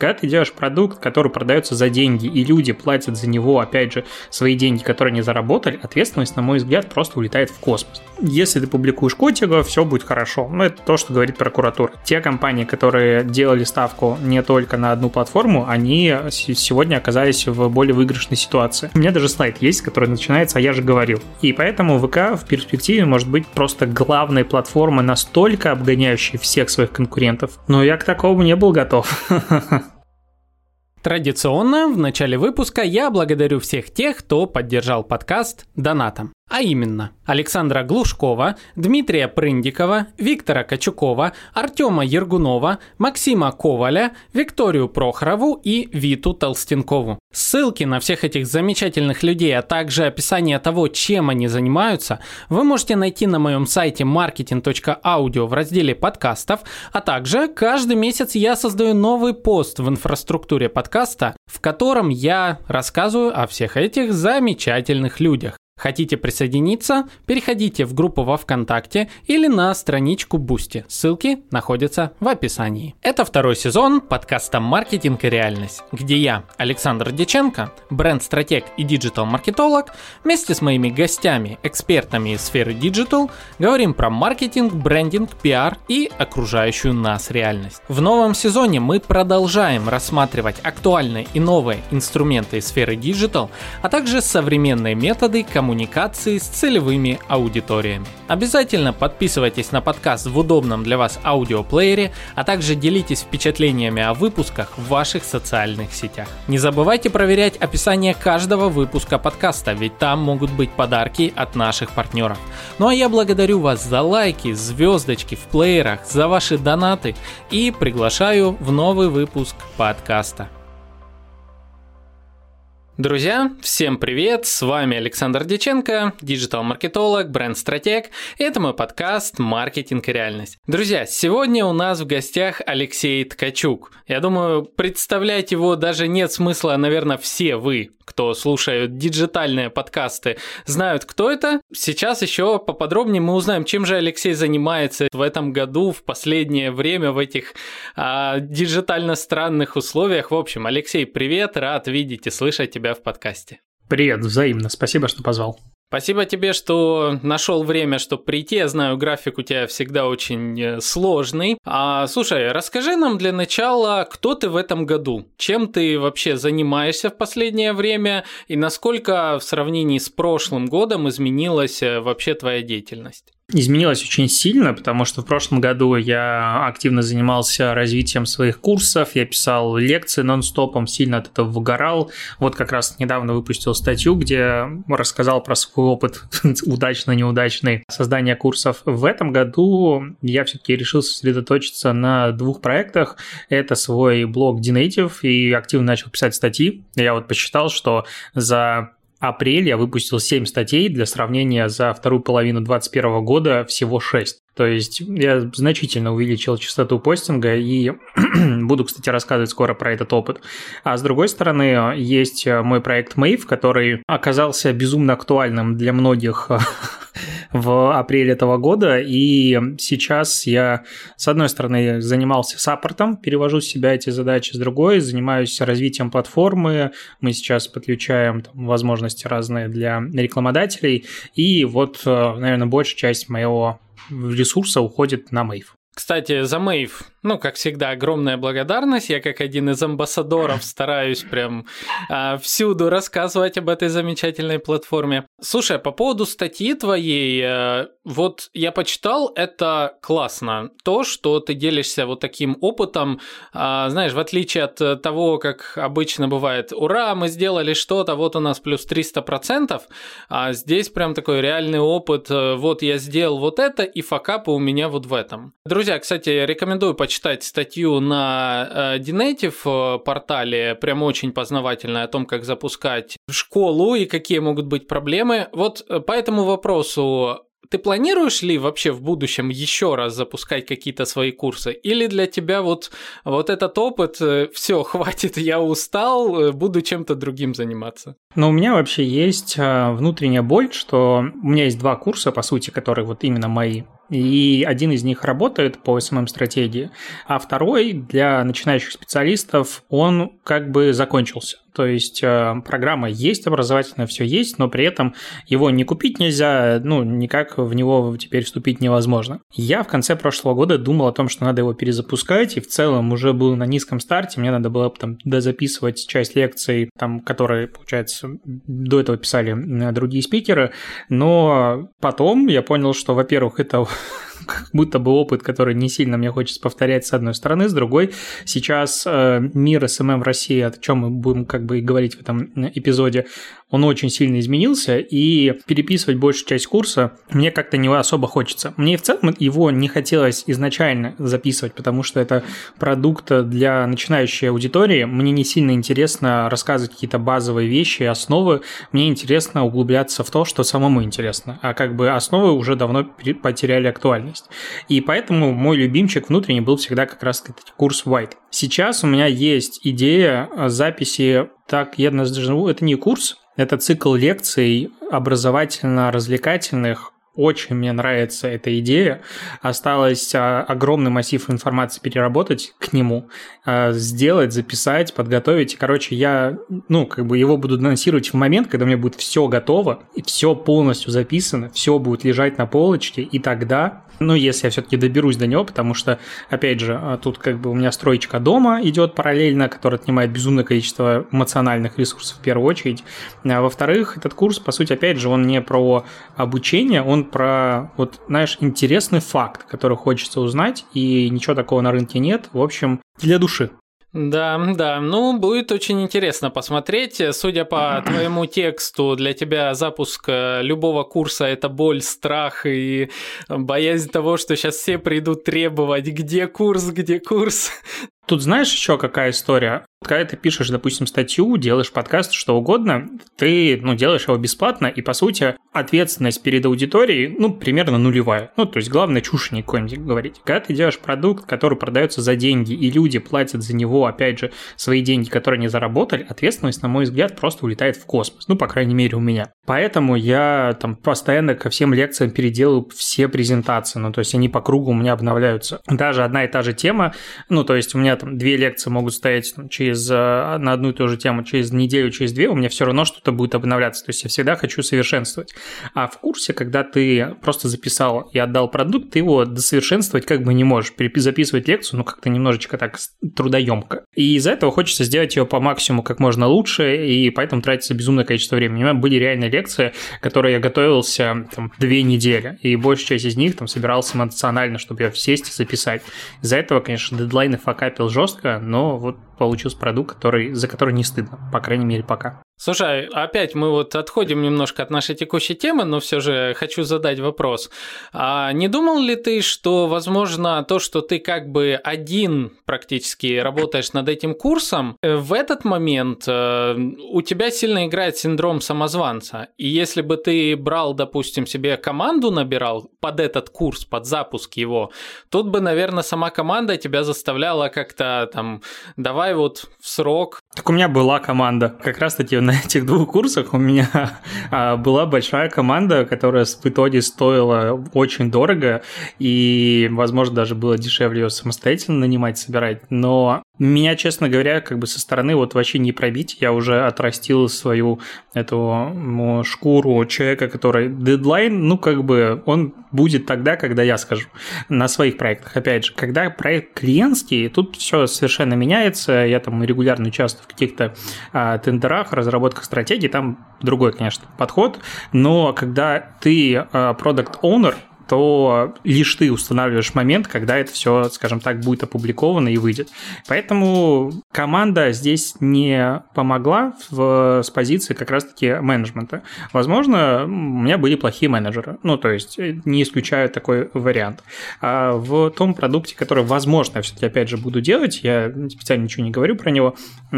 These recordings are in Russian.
Когда ты делаешь продукт, который продается за деньги, и люди платят за него, опять же, свои деньги, которые они заработали, ответственность, на мой взгляд, просто улетает в космос. Если ты публикуешь котика, все будет хорошо. Но это то, что говорит прокуратура. Те компании, которые делали ставку не только на одну платформу, они сегодня оказались в более выигрышной ситуации. У меня даже слайд есть, который начинается «А я же говорил». И поэтому ВК в перспективе может быть просто главной платформой, настолько обгоняющей всех своих конкурентов. Но я к такому не был готов. Традиционно в начале выпуска я благодарю всех тех, кто поддержал подкаст донатом. А именно, Александра Глушкова, Дмитрия Прындикова, Виктора Качукова, Артема Ергунова, Максима Коваля, Викторию Прохорову и Виту Толстенкову. Ссылки на всех этих замечательных людей, а также описание того, чем они занимаются, вы можете найти на моем сайте marketing.audio в разделе подкастов, а также каждый месяц я создаю новый пост в инфраструктуре подкаста, в котором я рассказываю о всех этих замечательных людях. Хотите присоединиться? Переходите в группу во ВКонтакте или на страничку Boosty. Ссылки находятся в описании. Это второй сезон подкаста «Маркетинг и реальность», где я, Александр Дьяченко, бренд-стратег и диджитал-маркетолог, вместе с моими гостями, экспертами из сферы диджитал, говорим про маркетинг, брендинг, пиар и окружающую нас реальность. В новом сезоне мы продолжаем рассматривать актуальные и новые инструменты из сферы диджитал, а также современные методы коммуникации с целевыми аудиториями. Обязательно подписывайтесь на подкаст в удобном для вас аудиоплеере, а также делитесь впечатлениями о выпусках в ваших социальных сетях. Не забывайте проверять описание каждого выпуска подкаста, ведь там могут быть подарки от наших партнеров. Ну а я благодарю вас за лайки, звездочки в плеерах, за ваши донаты и приглашаю в новый выпуск подкаста. Друзья, всем привет, с вами Александр Дьяченко, диджитал-маркетолог, бренд-стратег, и это мой подкаст «Маркетинг и реальность». Друзья, сегодня у нас в гостях Алексей Ткачук. Я думаю, представлять его даже нет смысла, наверное, все вы, кто слушают диджитальные подкасты, знают, кто это. Сейчас еще поподробнее мы узнаем, чем же Алексей занимается в этом году, в последнее время, в этих диджитально странных условиях. В общем, Алексей, привет, рад видеть и слышать тебя в подкасте. Привет, взаимно, спасибо, что позвал. Спасибо тебе, что нашел время, чтобы прийти. Я знаю, график у тебя всегда очень сложный. Слушай, расскажи нам для начала, кто ты в этом году? Чем ты вообще занимаешься в последнее время? И насколько в сравнении с прошлым годом изменилась вообще твоя деятельность? Изменилось очень сильно, потому что в прошлом году я активно занимался развитием своих курсов, я писал лекции нон-стопом, сильно от этого выгорал. Вот как раз недавно выпустил статью, где рассказал про свой опыт удачно-неудачный создания курсов. В этом году я все-таки решил сосредоточиться на двух проектах. Это свой блог D-Native, и активно начал писать статьи. Я вот посчитал, что за апрель я выпустил 7 статей, для сравнения за вторую половину 2021 года всего 6. То есть я значительно увеличил частоту постинга и буду, кстати, рассказывать скоро про этот опыт. А с другой стороны, есть мой проект Mave, который оказался безумно актуальным для многих в апреле этого года, и сейчас я, с одной стороны, занимался саппортом, перевожу с себя эти задачи, с другой занимаюсь развитием платформы, мы сейчас подключаем возможности разные для рекламодателей, и вот, наверное, большая часть моего ресурса уходит на Mave. Кстати, за Mave, как всегда, огромная благодарность. Я как один из амбассадоров стараюсь прям всюду рассказывать об этой замечательной платформе. Слушай, по поводу статьи твоей, вот я почитал, это классно. То, что ты делишься вот таким опытом, знаешь, в отличие от того, как обычно бывает, ура, мы сделали что-то, вот у нас плюс 300%, а здесь прям такой реальный опыт, вот я сделал вот это, и факапы у меня вот в этом. Друзья, кстати, рекомендую почитать статью на D-Native портале, прям очень познавательная, о том, как запускать школу и какие могут быть проблемы. Вот по этому вопросу, ты планируешь ли вообще в будущем еще раз запускать какие-то свои курсы? Или для тебя вот этот опыт, все, хватит, я устал, буду чем-то другим заниматься? Но у меня вообще есть внутренняя боль, что у меня есть 2 курса, по сути, которые вот именно мои. И один из них работает по SMM-стратегии, а второй для начинающих специалистов, он как бы закончился. То есть программа есть, образовательная, все есть, но при этом его не купить нельзя, никак в него теперь вступить невозможно. Я в конце прошлого года думал о том, что надо его перезапускать, и в целом уже был на низком старте, мне надо было там дозаписывать часть лекций, там, которые, получается, до этого писали другие спикеры, но потом я понял, что, во-первых, это как будто бы опыт, который не сильно мне хочется повторять с одной стороны, с другой, сейчас мир СММ в России, о чем мы будем как бы и говорить в этом эпизоде, он очень сильно изменился, и переписывать большую часть курса мне как-то не особо хочется. Мне в целом его не хотелось изначально записывать, потому что это продукт для начинающей аудитории. Мне не сильно интересно рассказывать какие-то базовые вещи, основы. Мне интересно углубляться в то, что самому интересно. А как бы основы уже давно потеряли актуальность. И поэтому мой любимчик внутренний был всегда как раз курс White. Сейчас у меня есть идея записи, так я назову, это не курс, это цикл лекций образовательно-развлекательных. Очень мне нравится эта идея. Осталось огромный массив информации переработать к нему, сделать, записать, подготовить. Короче, я, его буду анонсировать в момент, когда у меня будет все готово, и все полностью записано, все будет лежать на полочке, и тогда, если я все-таки доберусь до него, потому что, опять же, тут как бы у меня строечка дома идет параллельно, которая отнимает безумное количество эмоциональных ресурсов в первую очередь. А во-вторых, этот курс, по сути, опять же, он не про обучение, он про, интересный факт, который хочется узнать, и ничего такого на рынке нет. В общем, для души. Да, будет очень интересно посмотреть. Судя по твоему тексту, для тебя запуск любого курса – это боль, страх и боязнь того, что сейчас все придут требовать, где курс. Тут знаешь еще какая история? Когда ты пишешь, допустим, статью, делаешь подкаст, что угодно, ты, делаешь его бесплатно, и, по сути, ответственность перед аудиторией, примерно нулевая. То есть, главное, чушь не какой-нибудь говорить. Когда ты делаешь продукт, который продается за деньги, и люди платят за него, опять же, свои деньги, которые они заработали, ответственность, на мой взгляд, просто улетает в космос. По крайней мере, у меня. Поэтому я постоянно ко всем лекциям переделаю все презентации. То есть, они по кругу у меня обновляются. Даже одна и та же тема, то есть, у меня 2 лекции могут стоять на одну и ту же тему через неделю, через 2, у меня все равно что-то будет обновляться. То есть я всегда хочу совершенствовать. А в курсе, когда ты просто записал и отдал продукт, ты его досовершенствовать как бы не можешь. Записывать лекцию, как-то немножечко так трудоемко. И из-за этого хочется сделать ее по максимуму как можно лучше, и поэтому тратится безумное количество времени. У меня были реальные лекции, которые я готовился 2 недели, и большая часть из них собирался эмоционально, чтобы ее сесть и записать. Из-за этого, конечно, дедлайны факапил жестко, но получился продукт, за который не стыдно, по крайней мере, пока. Слушай, опять мы отходим немножко от нашей текущей темы, но все же хочу задать вопрос. А не думал ли ты, что, возможно, то, что ты как бы один практически работаешь над этим курсом, в этот момент у тебя сильно играет синдром самозванца? И если бы ты брал, допустим, себе команду набирал под этот курс, под запуск его, тут бы, наверное, сама команда тебя заставляла как-то давай в срок. Так у меня была команда. Как раз-таки на этих 2 курсах у меня была большая команда, которая в итоге стоила очень дорого, и, возможно, даже было дешевле ее самостоятельно нанимать, собирать. Но меня, честно говоря, как бы со стороны вообще не пробить. Я уже отрастил свою эту шкуру человека, который дедлайн, он будет тогда, когда я скажу. На своих проектах, опять же. Когда проект клиентский, тут все совершенно меняется. Я регулярно участвую в каких-то тендерах, разработках стратегий, там другой, конечно, подход. Но когда ты продакт-оунер, то лишь ты устанавливаешь момент, когда это все, скажем так, будет опубликовано и выйдет. Поэтому команда здесь не помогла с позиции как раз-таки менеджмента. Возможно, у меня были плохие менеджеры. То есть не исключаю такой вариант. А в том продукте, который, возможно, я все-таки опять же буду делать, я специально ничего не говорю про него,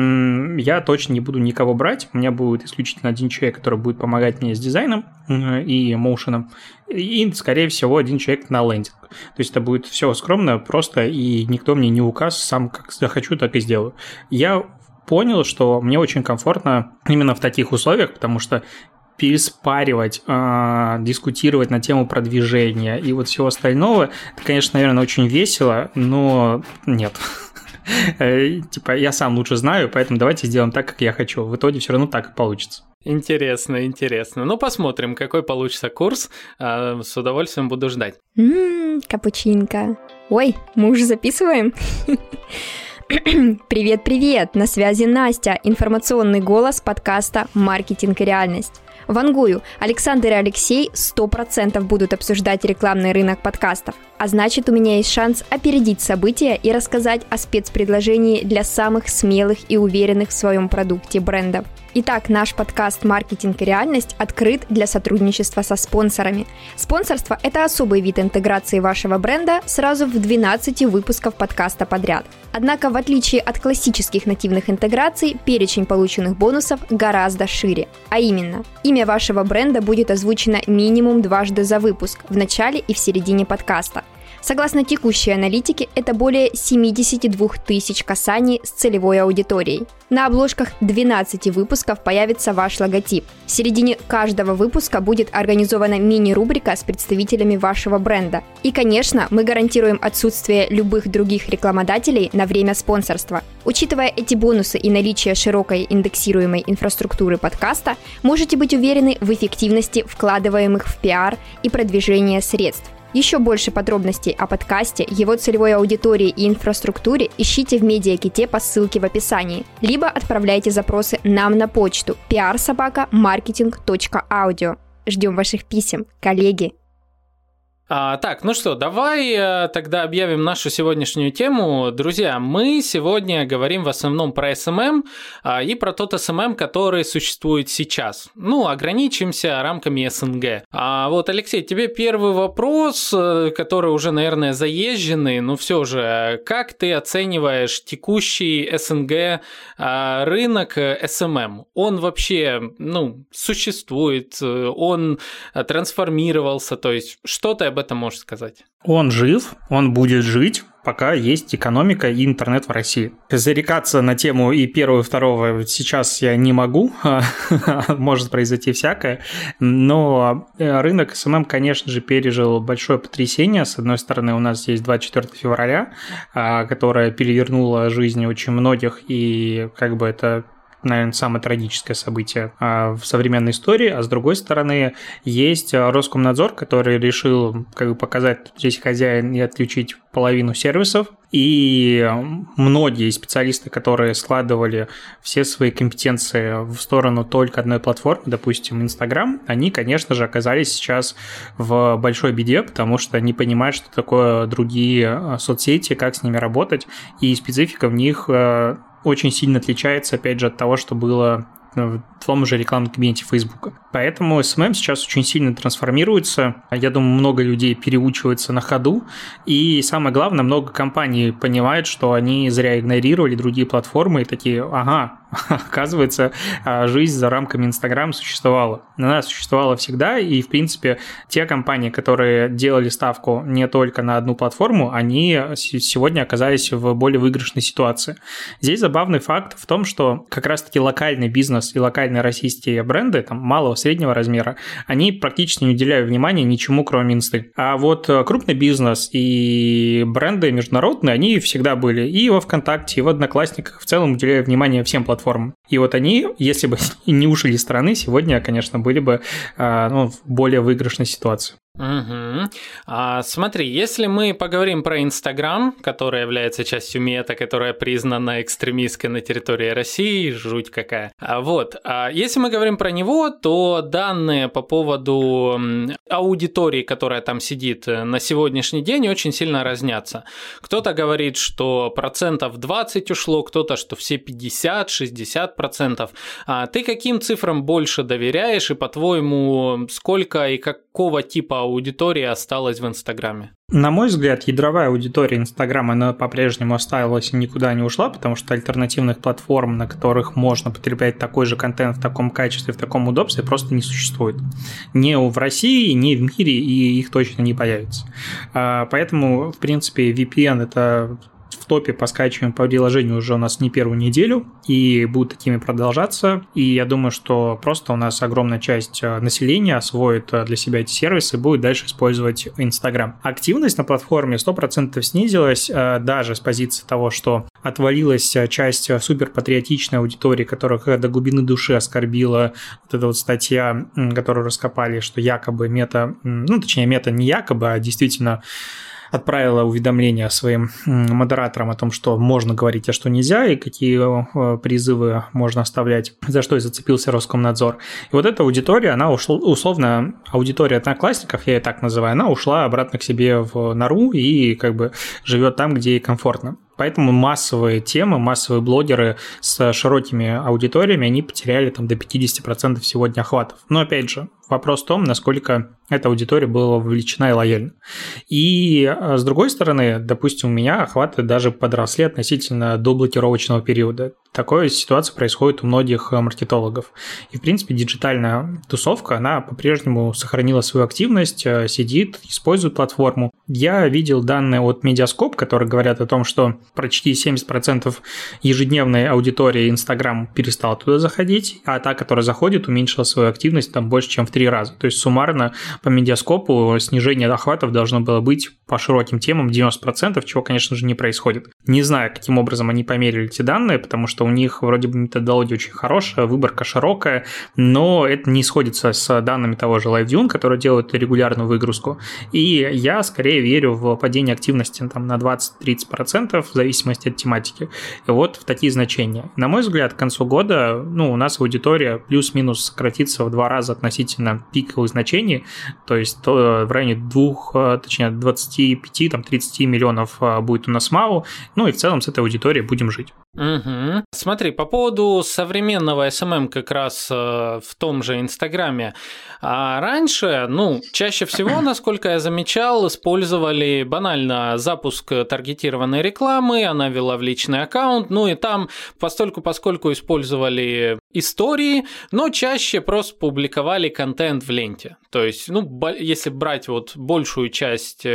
я точно не буду никого брать. У меня будет исключительно один человек, который будет помогать мне с дизайном и моушеном, и, скорее всего, один человек на лендинг. То есть это будет все скромно, просто, и никто мне не указ, сам как захочу, так и сделаю. Я понял, что мне очень комфортно именно в таких условиях, потому что переспаривать, дискутировать на тему продвижения и вот всего остального, это, конечно, наверное, очень весело, но нет. Типа, я сам лучше знаю, поэтому давайте сделаем так, как я хочу. В итоге все равно так и получится. Интересно. Ну, посмотрим, какой получится курс. С удовольствием буду ждать. Капучинка. Ой, мы уже записываем? Привет, на связи Настя, информационный голос подкаста «Маркетинг и реальность». Вангую, Александр и Алексей 100% будут обсуждать рекламный рынок подкастов, а значит, у меня есть шанс опередить события и рассказать о спецпредложении для самых смелых и уверенных в своем продукте брендов. Итак, наш подкаст «Маркетинг и реальность» открыт для сотрудничества со спонсорами. Спонсорство – это особый вид интеграции вашего бренда сразу в 12 выпусков подкаста подряд. Однако, в отличие от классических нативных интеграций, перечень полученных бонусов гораздо шире. А именно, имя вашего бренда будет озвучено минимум дважды за выпуск, в начале и в середине подкаста. Согласно текущей аналитике, это более 72 тысяч касаний с целевой аудиторией. На обложках 12 выпусков появится ваш логотип. В середине каждого выпуска будет организована мини-рубрика с представителями вашего бренда. И, конечно, мы гарантируем отсутствие любых других рекламодателей на время спонсорства. Учитывая эти бонусы и наличие широкой индексируемой инфраструктуры подкаста, можете быть уверены в эффективности вкладываемых в пиар и продвижение средств. Еще больше подробностей о подкасте, его целевой аудитории и инфраструктуре ищите в медиаките по ссылке в описании, либо отправляйте запросы нам на почту pr@marketing.audio. Ждем ваших писем, коллеги. Так, ну что, давай тогда объявим нашу сегодняшнюю тему. Друзья, мы сегодня говорим в основном про SMM и про тот SMM, который существует сейчас. Ну, ограничимся рамками СНГ. Вот, Алексей, тебе первый вопрос, который уже, наверное, заезженный, но все же, как ты оцениваешь текущий СНГ рынок SMM? Он вообще, существует, он трансформировался, то есть что ты об этом можешь сказать? Он жив, он будет жить, пока есть экономика и интернет в России. Зарекаться на тему и первого, и второго сейчас я не могу, может произойти всякое, но рынок СММ, конечно же, пережил большое потрясение. С одной стороны, у нас есть 24 февраля, которое перевернуло жизнь очень многих, и как бы это, наверное, самое трагическое событие в современной истории, а с другой стороны есть Роскомнадзор, который решил показать, что здесь хозяин, и отключить половину сервисов, и многие специалисты, которые складывали все свои компетенции в сторону только одной платформы, допустим, Instagram, они, конечно же, оказались сейчас в большой беде, потому что не понимают, что такое другие соцсети, как с ними работать, и специфика в них очень сильно отличается, опять же, от того, что было в том же рекламном кабинете Facebook. Поэтому SMM сейчас очень сильно трансформируется. Я думаю, много людей переучиваются на ходу. И самое главное, много компаний понимают, что они зря игнорировали другие платформы и такие, оказывается, жизнь за рамками Instagram существовала. Она существовала всегда, и, в принципе, те компании, которые делали ставку не только на одну платформу, они сегодня оказались в более выигрышной ситуации. Здесь забавный факт в том, что как раз-таки локальный бизнес и локальные российские бренды, там, малого, среднего размера, они практически не уделяют внимания ничему, кроме инсты. А вот крупный бизнес и бренды международные, они всегда были и во ВКонтакте, и в Одноклассниках, в целом уделяют внимание всем платформам. И вот они, если бы не ушли из страны, сегодня, конечно, были бы в более выигрышной ситуации. Угу. Смотри, если мы поговорим про Инстаграм, который является частью мета, которая признана экстремистской на территории России, жуть какая. Если мы говорим про него, то данные по поводу аудитории, которая там сидит на сегодняшний день, очень сильно разнятся. Кто-то говорит, что 20% ушло, кто-то, что все 50-60%. Ты каким цифрам больше доверяешь, и, по-твоему, сколько и какого типа аудитории осталась в Инстаграме? На мой взгляд, ядровая аудитория Инстаграма, она по-прежнему осталась и никуда не ушла, потому что альтернативных платформ, на которых можно потреблять такой же контент в таком качестве, в таком удобстве, просто не существует. Ни в России, ни в мире, и их точно не появится. Поэтому, в принципе, VPN – это в топе по скачиванию по приложению уже у нас не первую неделю, и будут такими продолжаться. И я думаю, что просто у нас огромная часть населения освоит для себя эти сервисы и будет дальше использовать Instagram. Активность на платформе 100% снизилась, даже с позиции того, что отвалилась часть суперпатриотичной аудитории, которых до глубины души оскорбила вот эта вот статья, которую раскопали, что якобы Мета, точнее Мета не якобы, а действительно отправила уведомление своим модераторам о том, что можно говорить, а что нельзя, и какие призывы можно оставлять, за что и зацепился Роскомнадзор. И вот эта аудитория, она ушла, условно, аудитория одноклассников, я ее так называю, она ушла обратно к себе в нору и как бы живет там, где ей комфортно. Поэтому массовые темы, массовые блогеры с широкими аудиториями, они потеряли там до 50% сегодня охватов. Но опять же, вопрос в том, насколько эта аудитория была вовлечена и лояльна. И с другой стороны, допустим, у меня охваты даже подросли относительно до блокировочного периода. Такая ситуация происходит у многих маркетологов. И, в принципе, диджитальная тусовка, она по-прежнему сохранила свою активность, сидит, использует платформу. Я видел данные от Медиаскоп, которые говорят о том, что почти 70% ежедневной аудитории Instagram перестала туда заходить, а та, которая заходит, уменьшила свою активность там больше, чем в 3 раза. То есть суммарно по Медиаскопу снижение охватов должно было быть по широким темам 90%, чего, конечно же, не происходит. Не знаю, каким образом они померили эти данные, потому что у них вроде бы методология очень хорошая, выборка широкая, но это не сходится с данными того же LiveDune, который делает регулярную выгрузку. И я скорее верю в падение активности там, на 20-30% в зависимости от тематики. И вот в такие значения. На мой взгляд, к концу года у нас аудитория плюс-минус сократится в 2 раза относительно пиковых значений, то есть в районе 25-30 миллионов будет у нас МАУ, и в целом с этой аудиторией будем жить. Угу. Смотри, по поводу современного SMM как раз в том же Инстаграме. Раньше, чаще всего, насколько я замечал, использовали банально запуск таргетированной рекламы, она вела в личный аккаунт, и там поскольку использовали истории, но чаще просто публиковали контент в ленте. То есть, если брать вот большую часть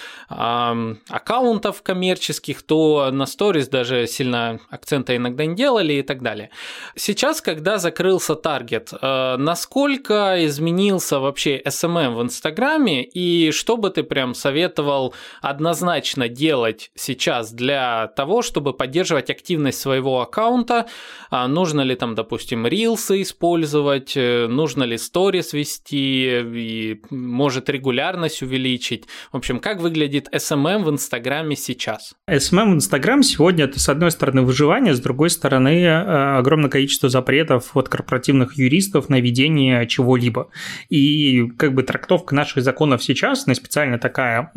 аккаунтов коммерческих, то на сторис даже сильно акцента иногда не делали и так далее. Сейчас, когда закрылся таргет, насколько изменился вообще SMM в Инстаграме, и что бы ты прям советовал однозначно делать сейчас для того, чтобы поддерживать активность своего аккаунта? Нужно ли там, допустим, рилсы использовать, нужно ли сторис вести, и может регулярность увеличить? В общем, как выглядит SMM в Инстаграме сейчас? SMM в Инстаграм сегодня это, с одной стороны, выживание, с другой стороны, огромное количество запретов от корпоративных юристов на ведение чего-либо. И трактовка наших законов сейчас, она специально такая,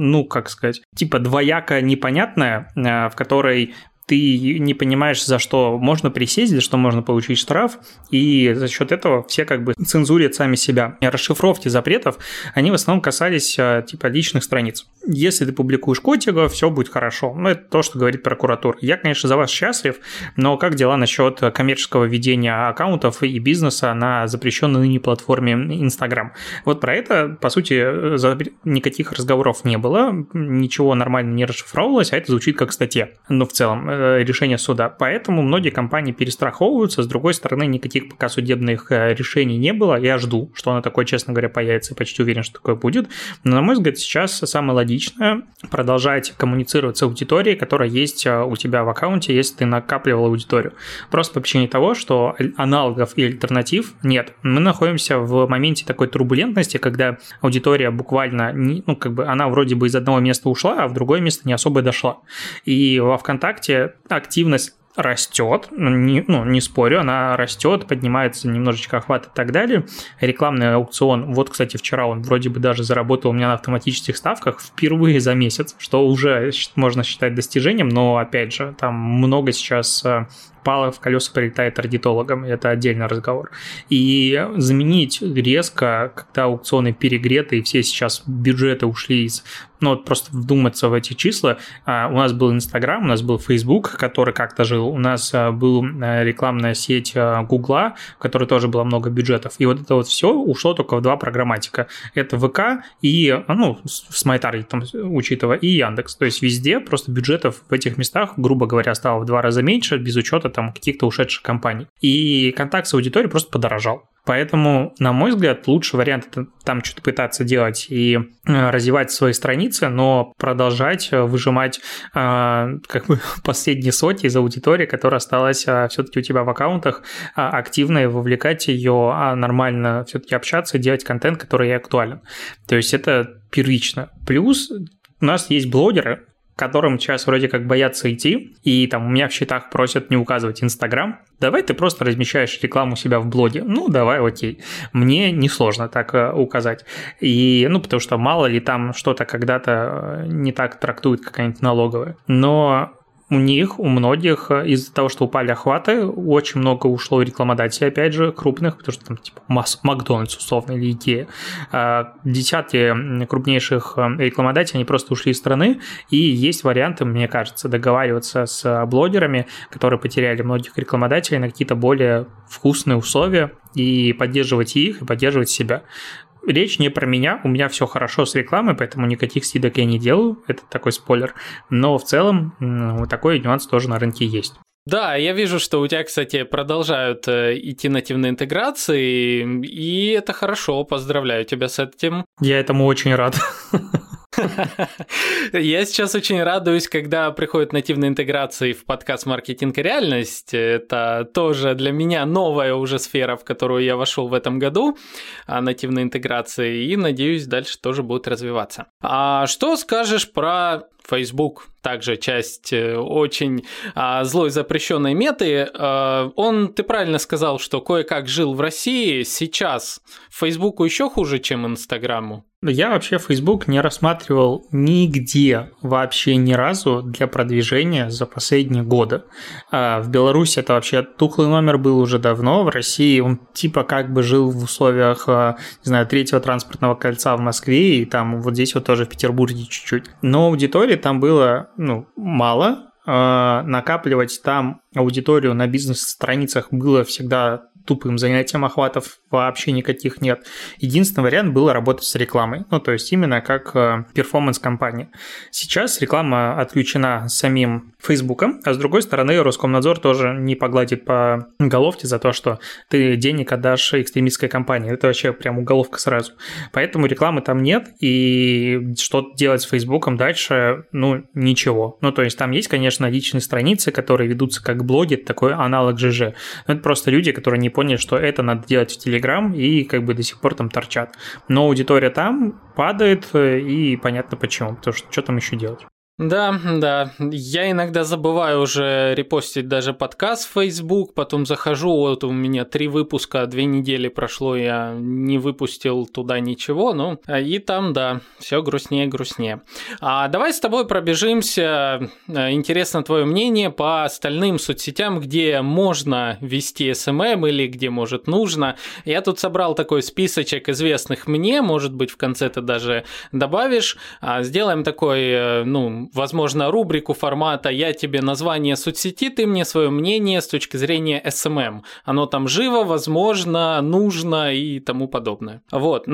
двояко непонятная, в которой ты не понимаешь, за что можно присесть, за что можно получить штраф, и за счет этого все цензурят сами себя. Расшифровки запретов, они в основном касались личных страниц. Если ты публикуешь котика, все будет хорошо. Это то, что говорит прокуратура. Я, конечно, за вас счастлив, но как дела насчет коммерческого ведения аккаунтов и бизнеса на запрещенной ныне платформе Instagram? Вот про это, по сути, никаких разговоров не было, ничего нормально не расшифровывалось, а это звучит как статья. В целом, решение суда. Поэтому многие компании перестраховываются. С другой стороны, никаких пока судебных решений не было. Я жду, что оно такое, честно говоря, появится, и почти уверен, что такое будет. Но, на мой взгляд, сейчас самое логичное продолжать коммуницировать с аудиторией, которая есть у тебя в аккаунте, если ты накапливал аудиторию. Просто по причине того, что аналогов и альтернатив нет. Мы находимся в моменте такой турбулентности, когда аудитория буквально, она вроде бы из одного места ушла, а в другое место не особо дошла. И во ВКонтакте активность растет, не спорю, она растет, поднимается немножечко охват и так далее. Рекламный аукцион, кстати, вчера он вроде бы даже заработал у меня на автоматических ставках впервые за месяц, что уже можно считать достижением, но, опять же, там много сейчас палок в колеса прилетает орнитологам, это отдельный разговор. И заменить резко, когда аукционы перегреты, и все сейчас бюджеты ушли из... Ну, вот просто вдуматься в эти числа. У нас был Инстаграм, у нас был Фейсбук, который как-то жил, у нас была рекламная сеть Гугла, в которой тоже было много бюджетов. И вот это вот все ушло только в два программатика. Это ВК и, SmartTarget, там, учитывая, и Яндекс. То есть везде просто бюджетов в этих местах, грубо говоря, стало в 2 раза меньше, без учета там каких-то ушедших компаний. И контакт с аудиторией просто подорожал. Поэтому, на мой взгляд, лучший вариант – это там что-то пытаться делать и развивать свои страницы, но продолжать выжимать последние соти из аудитории, которая осталась все-таки у тебя в аккаунтах, активно вовлекать ее, нормально все-таки общаться, делать контент, который ей актуален. То есть это первично. Плюс у нас есть блогеры, которым сейчас вроде как боятся идти, и там у меня в счетах просят не указывать Инстаграм. Давай ты просто размещаешь рекламу у себя в блоге. Ну, давай, окей. Мне несложно так указать. И, потому что мало ли там что-то когда-то не так трактует какая-нибудь налоговая. Но у многих, из-за того, что упали охваты, очень много ушло рекламодателей, опять же, крупных, потому что там типа Макдональдс, условно, или Икея. Десятки крупнейших рекламодателей, они просто ушли из страны, и есть варианты, мне кажется, договариваться с блогерами, которые потеряли многих рекламодателей на какие-то более вкусные условия, и поддерживать их, и поддерживать себя. Речь не про меня, у меня все хорошо с рекламой, поэтому никаких скидок я не делаю, это такой спойлер, но в целом вот такой нюанс тоже на рынке есть. Да, я вижу, что у тебя, кстати, продолжают идти нативные интеграции, и это хорошо, поздравляю тебя с этим. Я этому очень рад. Я сейчас очень радуюсь, когда приходят нативные интеграции в подкаст «Маркетинг и реальность». Это тоже для меня новая уже сфера, в которую я вошел в этом году, нативные интеграции, и, надеюсь, дальше тоже будут развиваться. А что скажешь про Facebook? Также часть очень злой запрещенной меты. Ты правильно сказал, что кое-как жил в России. Сейчас Фейсбуку еще хуже, чем Инстаграму? Я вообще Facebook не рассматривал нигде вообще ни разу для продвижения за последние годы. В Беларуси это вообще тухлый номер был уже давно. В России он типа как бы жил в условиях, не знаю, 3-го транспортного кольца в Москве, и там вот здесь вот тоже в Петербурге чуть-чуть. Но аудитории там было, мало. Накапливать там аудиторию на бизнес-страницах было всегда тупым занятием, охватов вообще никаких нет. Единственный вариант был работать с рекламой, то есть именно как перформанс-компания. Сейчас реклама отключена самим Фейсбуком, а с другой стороны Роскомнадзор тоже не погладит по головке за то, что ты денег отдашь экстремистской компании. Это вообще прям уголовка сразу. Поэтому рекламы там нет, и что делать с Фейсбуком дальше, ничего. То есть там есть, конечно, личные страницы, которые ведутся как блоги, такой аналог ЖЖ. Но это просто люди, которые не поняли, что это надо делать в Telegram, и как бы до сих пор там торчат. Но аудитория там падает, и понятно почему, потому что там еще делать? Да, я иногда забываю уже репостить даже подкаст в Facebook, потом захожу, вот у меня 3 выпуска, 2 недели прошло, я не выпустил туда ничего, и там, да, все грустнее и грустнее. Давай с тобой пробежимся, интересно твое мнение по остальным соцсетям, где можно вести SMM или где, может, нужно. Я тут собрал такой списочек известных мне, может быть, в конце ты даже добавишь. Сделаем такой, возможно, рубрику формата «Я тебе название соцсети, ты мне свое мнение с точки зрения SMM». Оно там живо, возможно, нужно и тому подобное.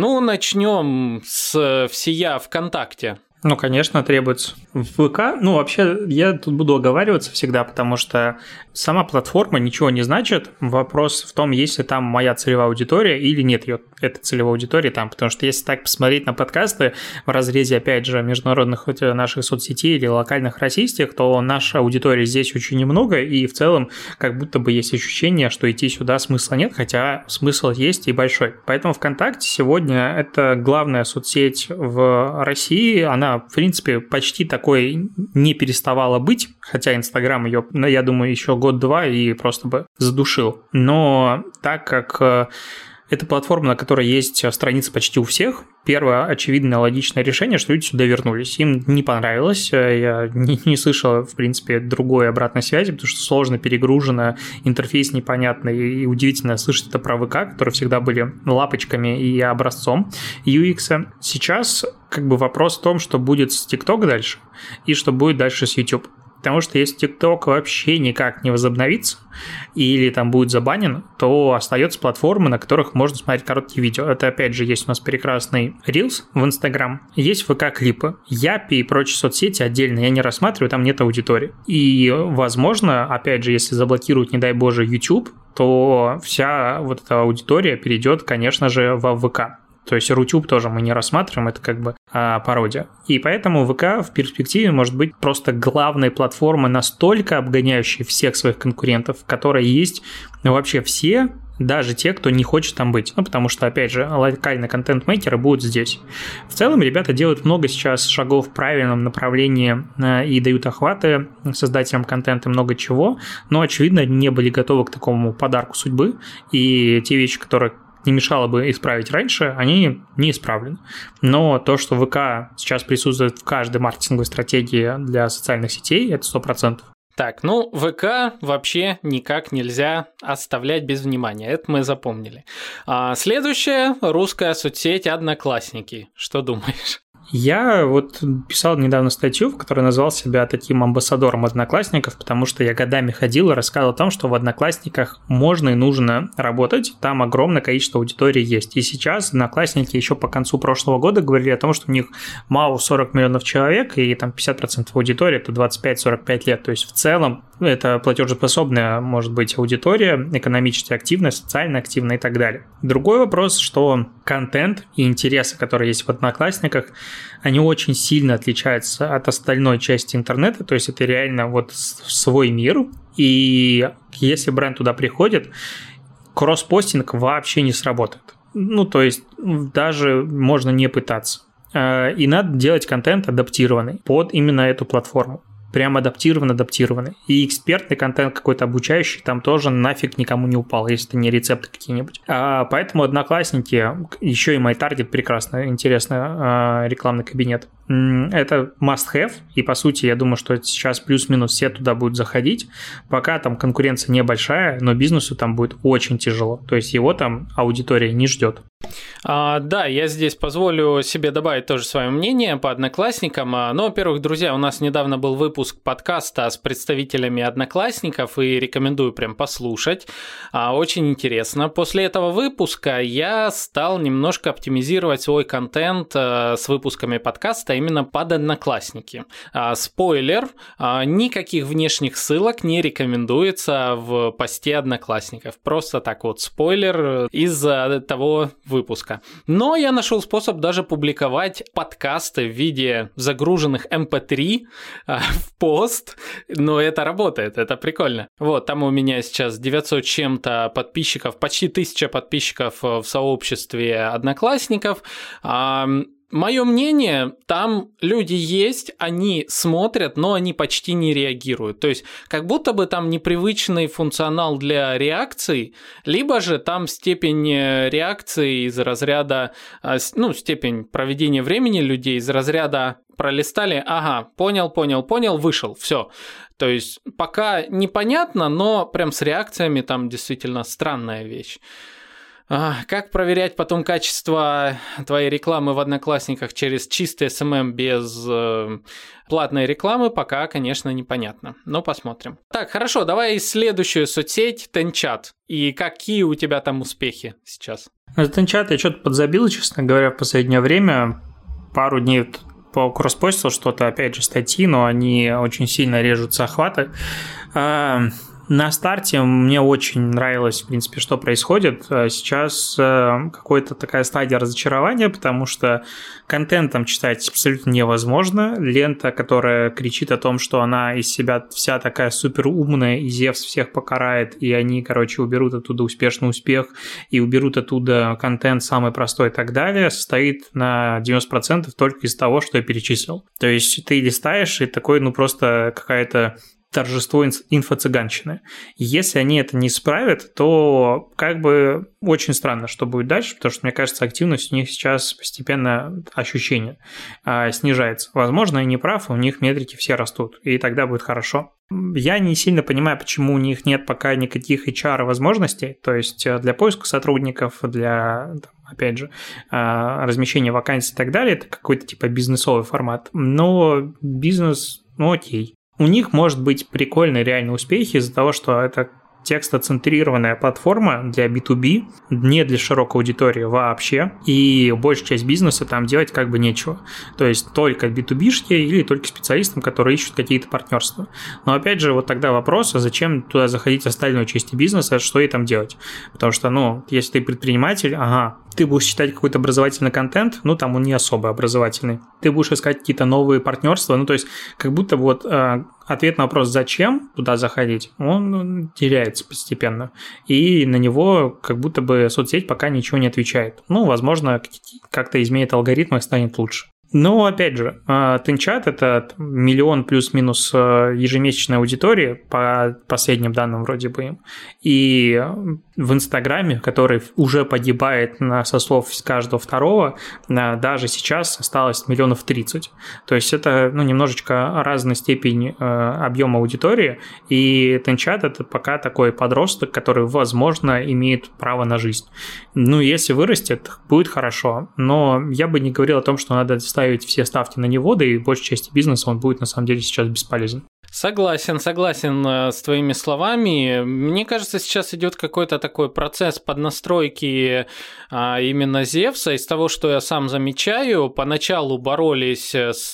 Начнем с всея ВКонтакте. Конечно, требуется. В ВК, вообще, я тут буду оговариваться всегда, потому что сама платформа ничего не значит. Вопрос в том, есть ли там моя целевая аудитория или нет ее, этой целевой аудитории там. Потому что если так посмотреть на подкасты в разрезе, опять же, международных наших соцсетей или локальных российских, то наша аудитория здесь очень немного, и в целом как будто бы есть ощущение, что идти сюда смысла нет, хотя смысл есть и большой. Поэтому ВКонтакте сегодня это главная соцсеть в России, она в принципе, почти такой не переставала быть, хотя Инстаграм ее, я думаю, еще год-два и просто бы задушил. Но так как Это платформа, на которой есть страницы почти у всех. Первое очевидное логичное решение, что люди сюда вернулись. Им не понравилось. Я не слышал, в принципе, другой обратной связи, потому что сложно перегружено, интерфейс непонятный. И удивительно слышать это про ВК, которые всегда были лапочками и образцом UX. Сейчас как бы вопрос в том, что будет с TikTok дальше и что будет дальше с YouTube. Потому что если TikTok вообще никак не возобновится или там будет забанен, то остается платформы, на которых можно смотреть короткие видео. Это, опять же, есть у нас прекрасный Reels в Instagram, есть ВК-клипы. Япи и прочие соцсети отдельно я не рассматриваю, там нет аудитории. И, возможно, опять же, если заблокируют, не дай боже, YouTube, то вся вот эта аудитория перейдет, конечно же, в ВК. То есть Рутюб тоже мы не рассматриваем, это как бы пародия. И поэтому ВК в перспективе может быть просто главной платформой, настолько обгоняющей всех своих конкурентов, которая есть вообще все, даже те, кто не хочет там быть. Ну, потому что, опять же, локальные контент-мейкеры будут здесь. В целом, ребята делают много сейчас шагов в правильном направлении и дают охваты создателям контента, много чего, но, очевидно, не были готовы к такому подарку судьбы, и те вещи, которые не мешало бы исправить раньше, они не исправлены. Но то, что ВК сейчас присутствует в каждой маркетинговой стратегии для социальных сетей, это 100%. Так, ну, ВК вообще никак нельзя оставлять без внимания, это мы запомнили. Следующая русская соцсеть «Одноклассники». Что думаешь? Я вот писал недавно статью, в которой назвал себя таким амбассадором Одноклассников, потому что я годами ходил и рассказывал о том, что в Одноклассниках можно и нужно работать, там огромное количество аудитории есть. И сейчас Одноклассники еще по концу прошлого года говорили о том, что у них МАУ 40 миллионов человек, и там 50% аудитории – это 25-45 лет. То есть в целом это платежеспособная, может быть, аудитория, экономически активная, социально активная и так далее. Другой вопрос, что контент и интересы, которые есть в Одноклассниках, они очень сильно отличаются от остальной части интернета, то есть это реально вот свой мир, и если бренд туда приходит, кросс-постинг вообще не сработает. Ну, то есть даже можно не пытаться. И надо делать контент адаптированный под именно эту платформу. Прям адаптированный. И экспертный контент какой-то обучающий там тоже нафиг никому не упал, если это не рецепты какие-нибудь. Поэтому Одноклассники, еще и MyTarget прекрасно, интересный рекламный кабинет. Это must-have, и по сути я думаю, что сейчас плюс-минус все туда будут заходить. Пока там конкуренция небольшая, но бизнесу там будет очень тяжело. То есть его там аудитория не ждет. Да, я здесь позволю себе добавить тоже свое мнение по Одноклассникам. Но, во-первых, друзья, у нас недавно был выпуск подкаста с представителями Одноклассников, и рекомендую прям послушать. Очень интересно. После этого выпуска я стал немножко оптимизировать свой контент с выпусками подкаста именно под Одноклассники. Спойлер, никаких внешних ссылок не рекомендуется в посте Одноклассников. Просто так вот, спойлер из того выпуска. Но я нашел способ даже публиковать подкасты в виде загруженных MP3 в пост, но это работает, это прикольно. Вот, там у меня сейчас 900 чем-то подписчиков, почти 1000 подписчиков в сообществе Одноклассников. Мое мнение, там люди есть, они смотрят, но они почти не реагируют. То есть, как будто бы там непривычный функционал для реакций, либо же там степень реакции из разряда, степень проведения времени людей из разряда пролистали, ага, понял, вышел, все. То есть, пока непонятно, но прям с реакциями там действительно странная вещь. Как проверять потом качество твоей рекламы в Одноклассниках через чистый SMM без платной рекламы, пока, конечно, непонятно. Но посмотрим. Так, хорошо, давай следующую соцсеть, Тенчат. И какие у тебя там успехи сейчас? За Тенчат я что-то подзабил, честно говоря, в последнее время. Пару дней покросспостил что-то, опять же, статьи, но они очень сильно режутся охваты. На старте мне очень нравилось, в принципе, что происходит. Сейчас какая-то такая стадия разочарования, потому что контент там читать абсолютно невозможно. Лента, которая кричит о том, что она из себя вся такая супер умная, и Зевс всех покарает, и они, уберут оттуда успешный успех, и уберут оттуда контент самый простой и так далее, состоит на 90% только из того, что я перечислил. То есть ты листаешь, и такой, просто какая-то торжество инфо-цыганщины. Если они это не исправят, то как бы очень странно, что будет дальше, потому что, мне кажется, активность у них сейчас постепенно ощущение снижается. Возможно, я не прав, у них метрики все растут, и тогда будет хорошо. Я не сильно понимаю, почему у них нет пока никаких HR-возможностей, то есть для поиска сотрудников, для, опять же, размещения вакансий и так далее, это какой-то типа бизнесовый формат, но бизнес, ну окей. У них может быть прикольные реальные успехи из-за того, что это текстоцентрированная платформа для B2B, не для широкой аудитории вообще, и большая часть бизнеса там делать как бы нечего. То есть только B2B-шки или только специалистам, которые ищут какие-то партнерства. Но опять же, вот тогда вопрос, а зачем туда заходить остальной части бизнеса, что ей там делать? Потому что, ну, если ты предприниматель, ты будешь читать какой-то образовательный контент, ну, там он не особо образовательный. Ты будешь искать какие-то новые партнерства, ну, то есть как будто вот ответ на вопрос, зачем туда заходить, он теряется постепенно. И на него как будто бы соцсеть пока ничего не отвечает. Ну, возможно, как-то изменит алгоритмы и станет лучше. Но, опять же, Тенчат – это 1 миллион плюс-минус ежемесячной аудитории, по последним данным вроде бы им. И в Инстаграме, который уже погибает со слов каждого второго, даже сейчас осталось 30 миллионов. То есть это немножечко разная степень объема аудитории, и Тенчат – это пока такой подросток, который, возможно, имеет право на жизнь. Ну, если вырастет, будет хорошо, но я бы не говорил о том, что надо ставить все ставки на него, да и большей части бизнеса он будет на самом деле сейчас бесполезен. Согласен с твоими словами. Мне кажется, сейчас идет какой-то такой процесс поднастройки именно Зевса. Из того, что я сам замечаю, поначалу боролись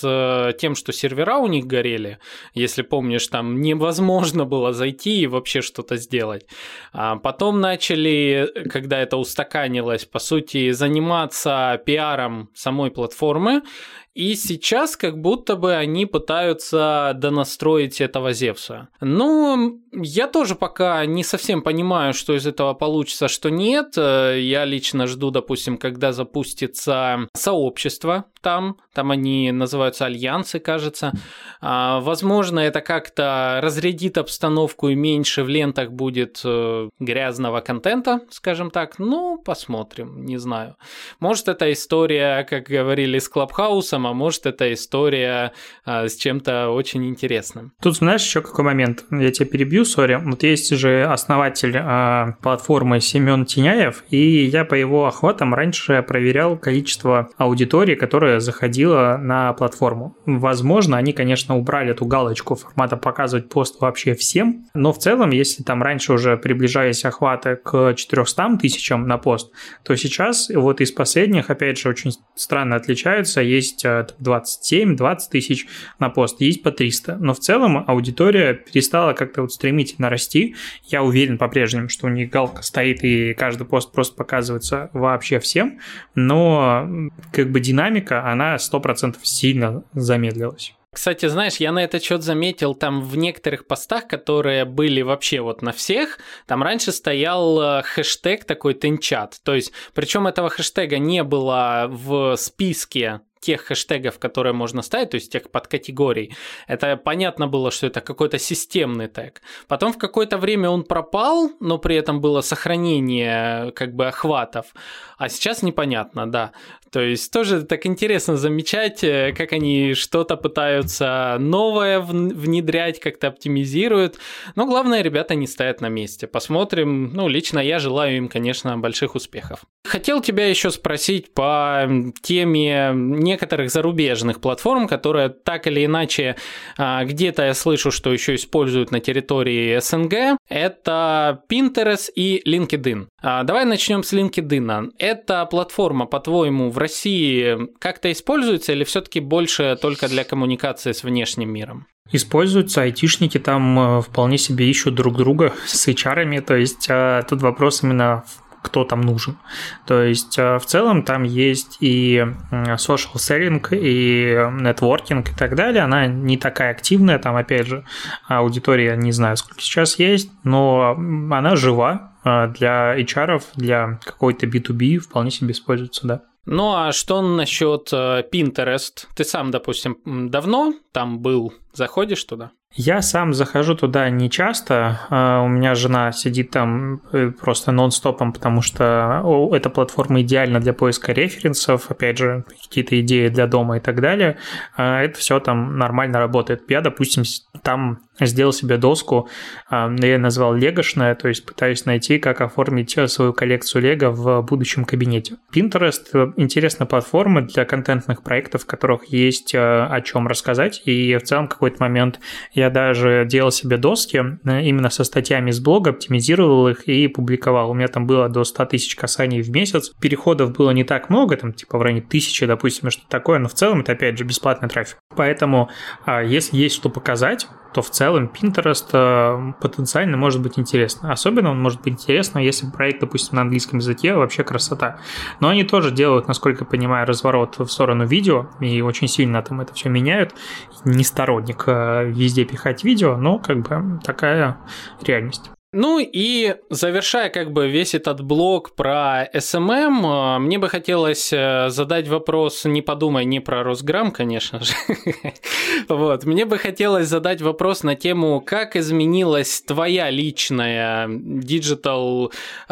с тем, что сервера у них горели. Если помнишь, там невозможно было зайти и вообще что-то сделать. Потом начали, когда это устаканилось, по сути, заниматься пиаром самой платформы. И сейчас как будто бы они пытаются донастроить этого Зевса. Ну, я тоже пока не совсем понимаю, что из этого получится, что нет. Я лично жду, допустим, когда запустится сообщество там они называются альянсы, кажется. Возможно, это как-то разрядит обстановку и меньше в лентах будет грязного контента, скажем так. Ну, посмотрим, не знаю. Может, это история, как говорили, с Клабхаусом, а может, это история с чем-то очень интересным. Тут, знаешь, еще какой момент? Я тебя перебью, сори. Вот есть же основатель платформы Семен Тиняев, и я по его охватам раньше проверял количество аудитории, которая заходила на платформу. Возможно, они, конечно, убрали эту галочку формата показывать пост вообще всем, но в целом, если там раньше уже приближались охваты к 400 тысячам на пост, то сейчас вот из последних, опять же, очень странно отличаются. Есть 27-20 тысяч на пост, есть по 300. Но в целом аудитория перестала как-то вот стремительно расти. Я уверен по-прежнему, что у них галка стоит и каждый пост просто показывается вообще всем, но как бы динамика, она 100% сильно замедлилась. Кстати, знаешь, я на этот счет заметил, там в некоторых постах, которые были вообще вот на всех, там раньше стоял хэштег такой Тенчат. То есть, причем этого хэштега не было в списке тех хэштегов, которые можно ставить, то есть тех подкатегорий. Это понятно было, что это какой-то системный тег. Потом в какое-то время он пропал, но при этом было сохранение как бы охватов. А сейчас непонятно, да. То есть тоже так интересно замечать, как они что-то пытаются новое внедрять, как-то оптимизируют. Но главное, ребята не стоят на месте. Посмотрим. Ну, лично я желаю им, конечно, больших успехов. Хотел тебя еще спросить по теме некоторых зарубежных платформ, которые так или иначе где-то я слышу, что еще используют на территории СНГ. Это Pinterest и LinkedIn. Давай начнем с LinkedIn. Эта платформа, по-твоему, в России как-то используется или все-таки больше только для коммуникации с внешним миром? Используются, айтишники там вполне себе ищут друг друга с HR-ами, то есть тут вопрос именно кто там нужен. То есть в целом там есть и social selling, и networking и так далее. Она не такая активная, там опять же аудитория, не знаю, сколько сейчас есть, но она жива для HR-ов, для какой-то B2B вполне себе используется, да. Ну а что насчет Pinterest? Ты сам, допустим, давно там был? Заходишь туда? Я сам захожу туда не часто, у меня жена сидит там просто нон-стопом, потому что эта платформа идеальна для поиска референсов, опять же, какие-то идеи для дома и так далее. Это все там нормально работает. Я, допустим, там сделал себе доску, я назвал легошная, то есть пытаюсь найти, как оформить свою коллекцию лего в будущем кабинете. Pinterest – интересная платформа для контентных проектов, в которых есть о чем рассказать, и в целом в какой-то момент я даже делал себе доски именно со статьями с блога, оптимизировал их и публиковал. У меня там было до 100 тысяч касаний в месяц. Переходов было не так много, там типа в районе 1000, допустим, что-то такое, но в целом это, опять же, бесплатный трафик. Поэтому, если есть что показать, то в целом Pinterest потенциально может быть интересно. Особенно он может быть интересно, если проект, допустим, на английском языке, вообще красота. Но они тоже делают, насколько я понимаю, разворот в сторону видео, и очень сильно там это все меняют. Не сторонник везде пихать видео, но как бы такая реальность. Ну и завершая как бы весь этот блог про SMM, мне бы хотелось задать вопрос, не подумай, не про Росграм, конечно же. Вот, мне бы хотелось задать вопрос на тему, как изменилась твоя личная диджитал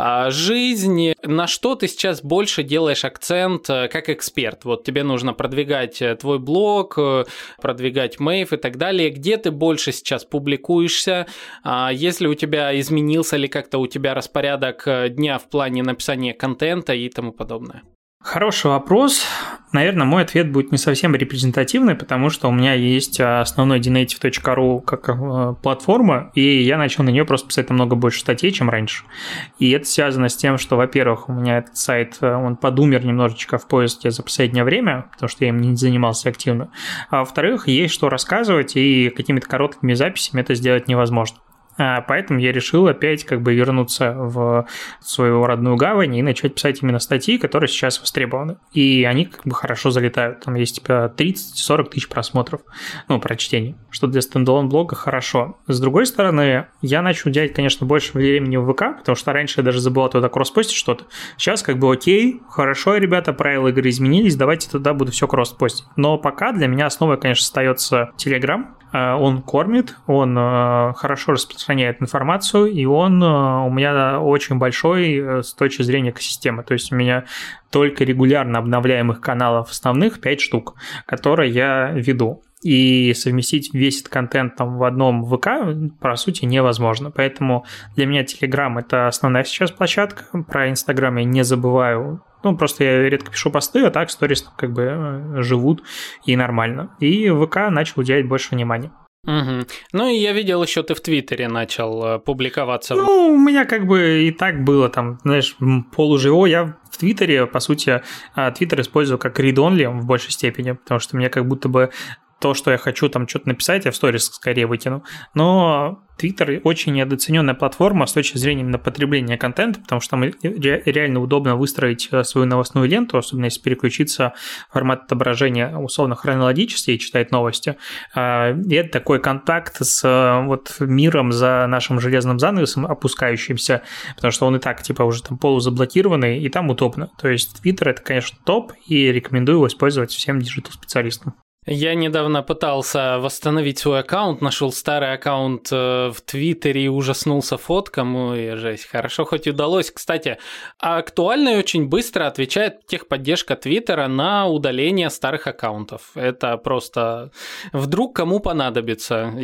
жизнь, на что ты сейчас больше делаешь акцент как эксперт. Вот тебе нужно продвигать твой блог, продвигать Мэйв и так далее. Где ты больше сейчас публикуешься? Если у тебя изменился ли как-то у тебя распорядок дня в плане написания контента и тому подобное? Хороший вопрос. Наверное, мой ответ будет не совсем репрезентативный, потому что у меня есть основной dnative.ru как платформа, и я начал на нее просто писать намного больше статей, чем раньше. И это связано с тем, что, во-первых, у меня этот сайт, он подумер немножечко в поиске за последнее время, потому что я им не занимался активно. А во-вторых, есть что рассказывать, и какими-то короткими записями это сделать невозможно. Поэтому я решил опять как бы вернуться в свою родную гавань и начать писать именно статьи, которые сейчас востребованы. И они как бы хорошо залетают. Там есть типа 30-40 тысяч просмотров, прочтений, что для стендалон блога хорошо. С другой стороны, я начал уделять, конечно, больше времени в ВК, потому что раньше я даже забывал туда кросс-постить что-то. Сейчас как бы окей, хорошо, ребята, правила игры изменились, давайте туда буду все кросс-постить. Но пока для меня основой, конечно, остается Telegram. Он кормит, он хорошо распространяет информацию, и он у меня очень большой с точки зрения экосистемы. То есть у меня только регулярно обновляемых каналов основных 5 штук, которые я веду. И совместить весь этот контент там в одном ВК, по сути, невозможно. Поэтому для меня Telegram – это основная сейчас площадка. Про Instagram я не забываю. Просто я редко пишу посты, а так сторис как бы живут и нормально. И ВК начал уделять больше внимания. Угу. Ну и я видел еще ты в Твиттере начал публиковаться. У меня как бы и так было там, знаешь, полуживо. Я в Твиттере, по сути, Твиттер использую как read-only в большей степени, потому что мне как будто бы то, что я хочу там что-то написать, я в сторис скорее выкину. Но Twitter очень недооцененная платформа с точки зрения именно потребления контента, потому что там реально удобно выстроить свою новостную ленту, особенно если переключиться в формат отображения условно хронологически и читать новости. И это такой контакт с миром за нашим железным занавесом опускающимся, потому что он и так типа уже там полузаблокированный, и там удобно. То есть Twitter это, конечно, топ, и рекомендую его использовать всем диджитал-специалистам. Я недавно пытался восстановить свой аккаунт, нашел старый аккаунт в Твиттере и ужаснулся фоткам, и жесть. Хорошо, хоть удалось. Кстати, актуально и очень быстро отвечает техподдержка Твиттера на удаление старых аккаунтов. Это просто вдруг кому понадобится.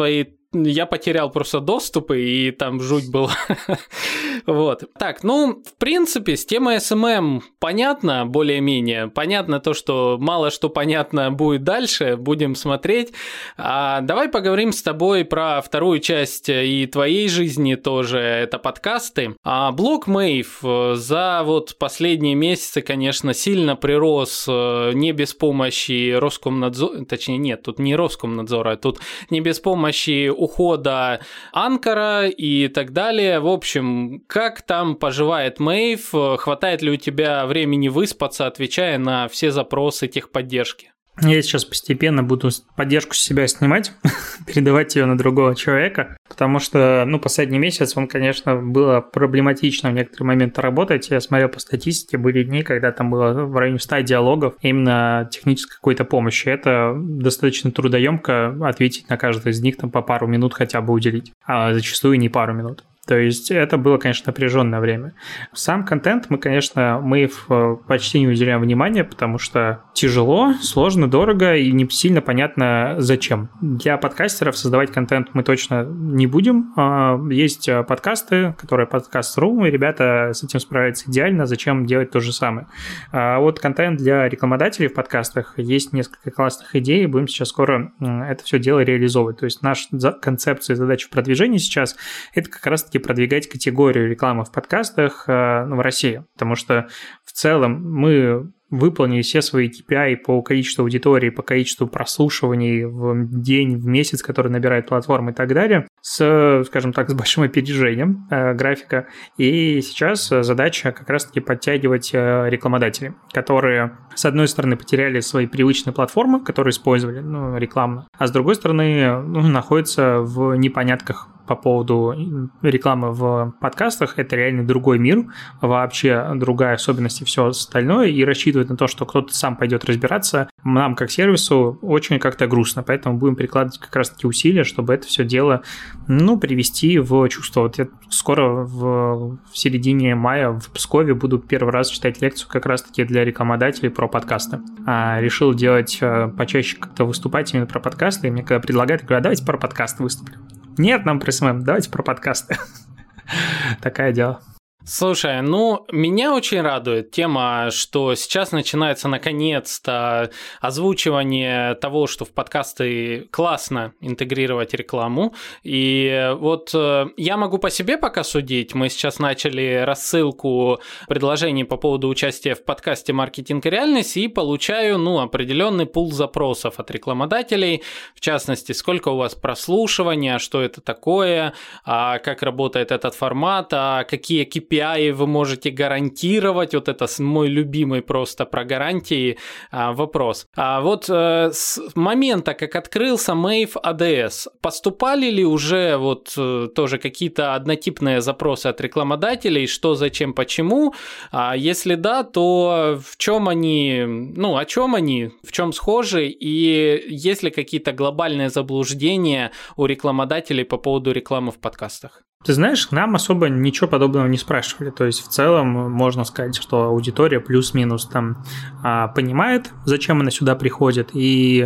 Я потерял просто доступы, и там жуть была. Вот. Так, в принципе, с темой SMM понятно, более-менее. Понятно то, что мало что понятно будет дальше, будем смотреть. Давай поговорим с тобой про вторую часть и твоей жизни тоже, это подкасты. Блог Мэйв за последние месяцы, конечно, сильно прирос не без помощи Роскомнадзора, точнее, нет, тут не Роскомнадзора, тут не без помощи ухода Анкора и так далее. В общем, как там поживает Мэйв? Хватает ли у тебя времени выспаться, отвечая на все запросы техподдержки? Я сейчас постепенно буду поддержку с себя снимать, передавать ее на другого человека, потому что, последний месяц он, конечно, было проблематично в некоторые моменты работать. Я смотрел по статистике, были дни, когда там было в районе 100 диалогов именно технической какой-то помощи. Это достаточно трудоемко ответить на каждый из них, там по пару минут хотя бы уделить, а зачастую не пару минут. То есть это было, конечно, напряженное время. Сам контент мы почти не уделяем внимания, потому что тяжело, сложно, дорого и не сильно понятно зачем. Для подкастеров создавать контент мы точно не будем. Есть подкасты, которые подкаст.ру, и ребята с этим справляются идеально. Зачем делать то же самое? А вот контент для рекламодателей в подкастах есть несколько классных идей, будем сейчас скоро это все дело реализовывать. То есть наша концепция и задача в продвижении сейчас – это как раз продвигать категорию рекламы в подкастах в России, потому что в целом мы выполнили все свои KPI по количеству аудитории, по количеству прослушиваний в день, в месяц, который набирает платформа и так далее, с большим опережением графика. И сейчас задача как раз-таки подтягивать рекламодателей, которые, с одной стороны, потеряли свои привычные платформы, которые использовали рекламно, а с другой стороны, находятся в непонятках по поводу рекламы в подкастах. Это реально другой мир, вообще другая особенность и все остальное, и рассчитывать на то, что кто-то сам пойдет разбираться, нам как сервису очень как-то грустно, поэтому будем прикладывать как раз-таки усилия, чтобы это все дело, привести в чувство. Вот я скоро в середине мая в Пскове буду первый раз читать лекцию как раз-таки для рекламодателей про подкасты. Решил делать почаще как-то выступать именно про подкасты, и мне когда предлагают, я говорю, давайте про подкасты выступлю. Нет, нам про СММ, давайте про подкасты. Такое дело. Слушай, меня очень радует тема, что сейчас начинается наконец-то озвучивание того, что в подкасты классно интегрировать рекламу. И вот я могу по себе пока судить. Мы сейчас начали рассылку предложений по поводу участия в подкасте «Маркетинг и реальность» и получаю, определенный пул запросов от рекламодателей. В частности, сколько у вас прослушивания, что это такое, как работает этот формат, какие KPI вы можете гарантировать. Вот это мой любимый просто про гарантии вопрос. Вот с момента, как открылся Mave ADS, поступали ли уже тоже какие-то однотипные запросы от рекламодателей, что, зачем, почему? Если да, то в чем они, о чем они, в чем схожи, и есть ли какие-то глобальные заблуждения у рекламодателей по поводу рекламы в подкастах? Ты знаешь, нам особо ничего подобного не спрашивали. То есть в целом можно сказать, что аудитория плюс-минус там понимает, зачем она сюда приходит, и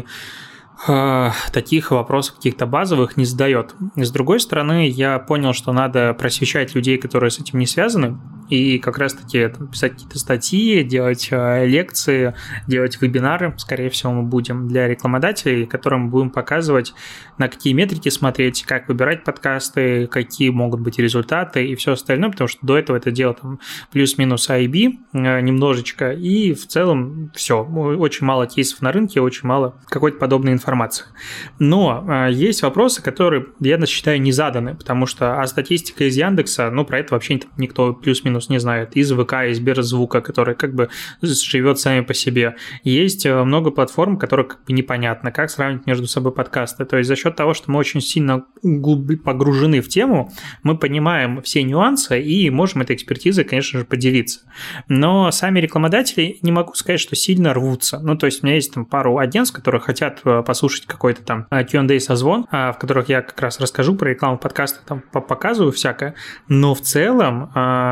таких вопросов каких-то базовых не задает. С другой стороны, я понял, что надо просвещать людей, которые с этим не связаны, и как раз-таки писать какие-то статьи, делать лекции, делать вебинары, скорее всего, мы будем для рекламодателей, которым мы будем показывать, на какие метрики смотреть, как выбирать подкасты, какие могут быть результаты и все остальное, потому что до этого это дело там плюс-минус IB немножечко, и в целом все. Очень мало кейсов на рынке, очень мало какой-то подобной информации. Но есть вопросы, которые, я считаю, не заданы, потому что статистика из Яндекса, про это вообще никто плюс-минус не знает. Из ВК, из Сберзвука, который как бы живет сами по себе. Есть много платформ, которые как бы непонятно, как сравнить между собой подкасты. То есть за счет того, что мы очень сильно погружены в тему, мы понимаем все нюансы и можем этой экспертизой, конечно же, поделиться. Но сами рекламодатели, не могу сказать, что сильно рвутся. То есть у меня есть там пару агентств, которые хотят послушать какой-то там Q&A созвон, в которых я как раз расскажу про рекламу в подкастах, там показываю всякое. Но в целом,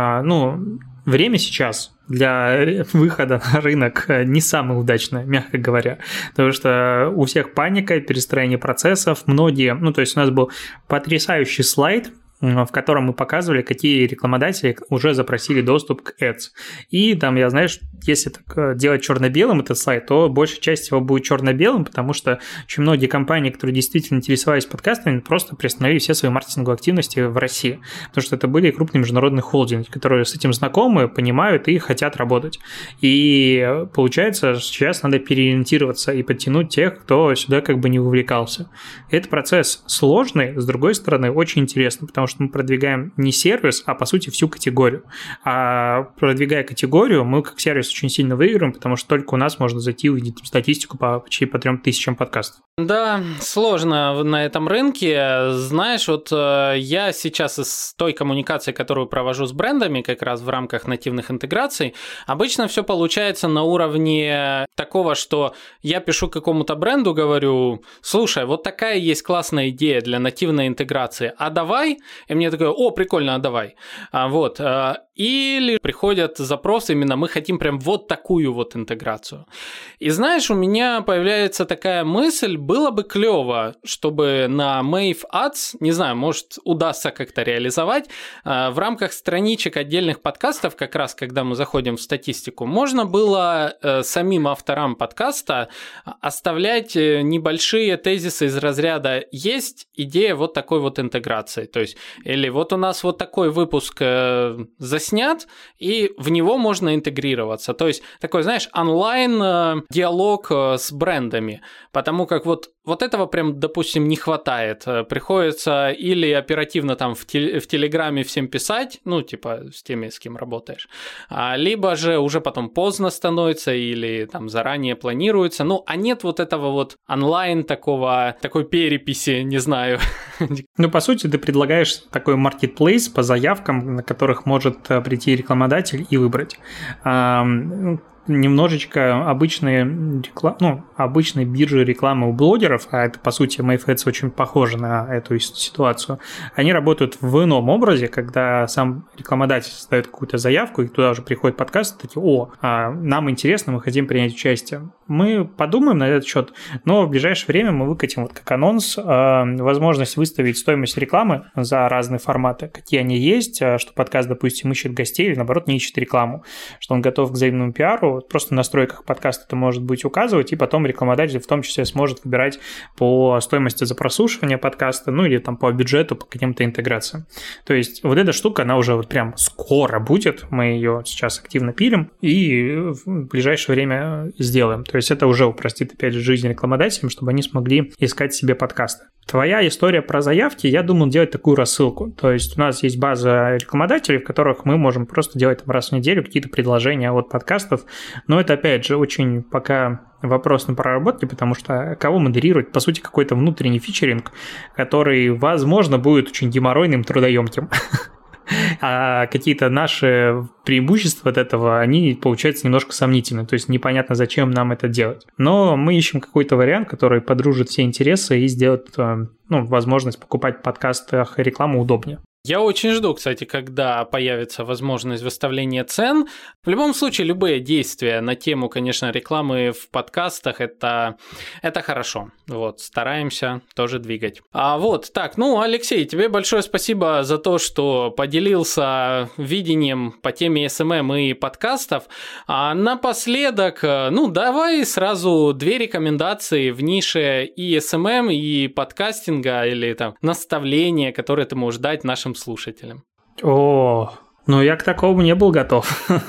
время сейчас для выхода на рынок не самое удачное, мягко говоря, потому что у всех паника, перестроение процессов, многие, то есть у нас был потрясающий слайд, в котором мы показывали, какие рекламодатели уже запросили доступ к Ads. И там, если так делать черно-белым этот слайд, то большая часть его будет черно-белым, потому что очень многие компании, которые действительно интересовались подкастами, просто приостановили все свои маркетинговые активности в России, потому что это были крупные международные холдинги, которые с этим знакомы, понимают и хотят работать. И получается, сейчас надо переориентироваться и подтянуть тех, кто сюда как бы не вовлекался. Этот процесс сложный, с другой стороны, очень интересный, потому что что мы продвигаем не сервис, а, по сути, всю категорию. А продвигая категорию, мы как сервис очень сильно выиграем, потому что только у нас можно зайти и увидеть статистику почти по 3000 подкастов. Да, сложно на этом рынке. Знаешь, вот я сейчас из той коммуникации, которую провожу с брендами, как раз в рамках нативных интеграций, обычно все получается на уровне такого, что я пишу какому-то бренду, говорю: слушай, вот такая есть классная идея для нативной интеграции, а давай? И мне такое: о, прикольно, а давай. Вот. Или приходят запросы, именно мы хотим прям вот такую вот интеграцию. И знаешь, у меня появляется такая мысль, было бы клево, чтобы на Mave Ads, не знаю, может удастся как-то реализовать, в рамках страничек отдельных подкастов, как раз когда мы заходим в статистику, можно было самим авторам подкаста оставлять небольшие тезисы из разряда: есть идея вот такой вот интеграции, то есть, или вот у нас вот такой выпуск заснят, и в него можно интегрироваться. То есть такой, знаешь, онлайн-диалог с брендами, потому как вот этого прям, допустим, не хватает. Приходится или оперативно там в Телеграме всем писать, ну, типа с теми, с кем работаешь, либо же уже потом поздно становится или там заранее планируется. Ну, а нет вот этого вот онлайн такой переписи, не знаю. Ну, по сути, ты предлагаешь такой маркетплейс по заявкам, на которых может прийти рекламодатель и выбрать. Немножечко обычной биржи рекламы у блогеров, а это, по сути, Mave Ads очень похоже на эту ситуацию, они работают в ином образе, когда сам рекламодатель создает какую-то заявку, и туда уже приходит подкаст, и такие: нам интересно, мы хотим принять участие. Мы подумаем на этот счет, но в ближайшее время мы выкатим вот как анонс возможность выставить стоимость рекламы за разные форматы, какие они есть, что подкаст, допустим, ищет гостей или, наоборот, не ищет рекламу, что он готов к взаимному пиару. Просто в настройках подкаста это может быть указывать, и потом рекламодатель в том числе сможет выбирать по стоимости за прослушивание подкаста, ну или там по бюджету, по каким-то интеграциям. То есть вот эта штука, она уже вот прям скоро будет, мы ее сейчас активно пилим и в ближайшее время сделаем. То есть это уже упростит, опять же, жизнь рекламодателям, чтобы они смогли искать себе подкасты. Твоя история про заявки, я думал делать такую рассылку. То есть у нас есть база рекламодателей, в которых мы можем просто делать там раз в неделю какие-то предложения от подкастов. Но это, опять же, очень пока вопрос на проработке, потому что кого модерировать? По сути, какой-то внутренний фичеринг, который, возможно, будет очень геморройным, трудоемким. А какие-то наши преимущества от этого, они, получаются немножко сомнительны, то есть непонятно, зачем нам это делать. Но мы ищем какой-то вариант, который подружит все интересы и сделает возможность покупать в подкастах рекламу удобнее. Я очень жду, кстати, когда появится возможность выставления цен. В любом случае, любые действия на тему, конечно, рекламы в подкастах, это хорошо. Вот, стараемся тоже двигать. Алексей, тебе большое спасибо за то, что поделился видением по теме SMM и подкастов. А напоследок, давай сразу 2 рекомендации в нише и SMM, и подкастинга, или там наставления, которые ты можешь дать нашим слушателям. Я к такому не был готов.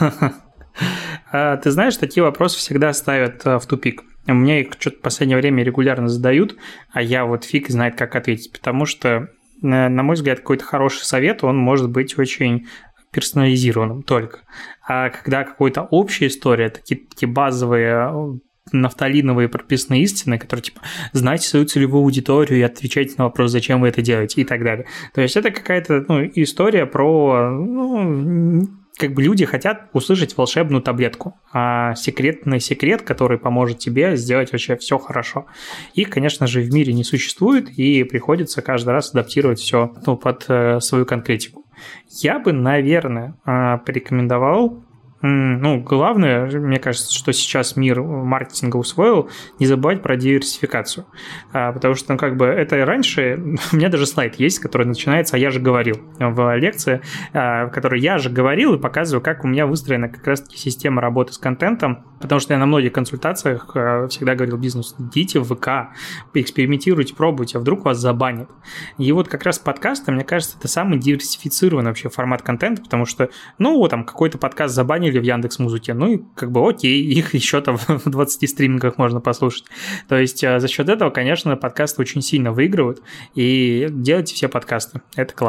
Ты знаешь, такие вопросы всегда ставят в тупик. Мне их что-то в последнее время регулярно задают, а я вот фиг знает, как ответить, потому что, на мой взгляд, какой-то хороший совет, он может быть очень персонализированным только. А когда какая-то общая история, такие базовые нафталиновые прописные истины, которые типа знайте свою целевую аудиторию и отвечайте на вопрос, зачем вы это делаете и так далее. То есть это какая-то история про люди хотят услышать волшебную таблетку, секретный секрет, который поможет тебе сделать вообще все хорошо. Их, конечно же, в мире не существует, и приходится каждый раз адаптировать все под свою конкретику. Я бы, наверное, порекомендовал. Главное, мне кажется, что сейчас мир маркетинга усвоил, не забывать про диверсификацию. Потому что, это раньше... У меня даже слайд есть, который начинается «А я же говорил» в лекции, в которой я же говорил и показываю, как у меня выстроена как раз-таки система работы с контентом, потому что я на многих консультациях всегда говорил бизнесу: идите в ВК, экспериментируйте, пробуйте, а вдруг вас забанят. И вот как раз подкасты, мне кажется, это самый диверсифицированный вообще формат контента, потому что, какой-то подкаст забанили в Яндекс.Музыке, окей, их еще там в 20 стримингах можно послушать. То есть за счет этого, конечно, подкасты очень сильно выигрывают, и делайте все подкасты, это классно.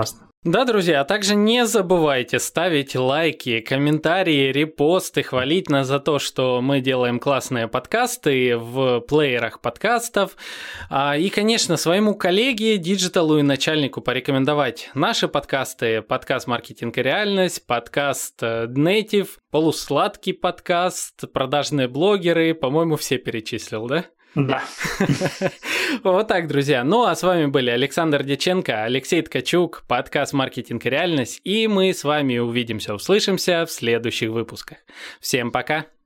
Да, друзья, а также не забывайте ставить лайки, комментарии, репосты, хвалить нас за то, что мы делаем классные подкасты в плеерах подкастов. И, конечно, своему коллеге, диджиталу и начальнику порекомендовать наши подкасты. Подкаст «Маркетинг и реальность», подкаст Native, полусладкий подкаст, продажные блогеры. По-моему, все перечислил, да? Да. Вот так, друзья. Ну, а с вами были Александр Дьяченко, Алексей Ткачук, подкаст «Маркетинг и реальность», и мы с вами увидимся, услышимся в следующих выпусках. Всем пока!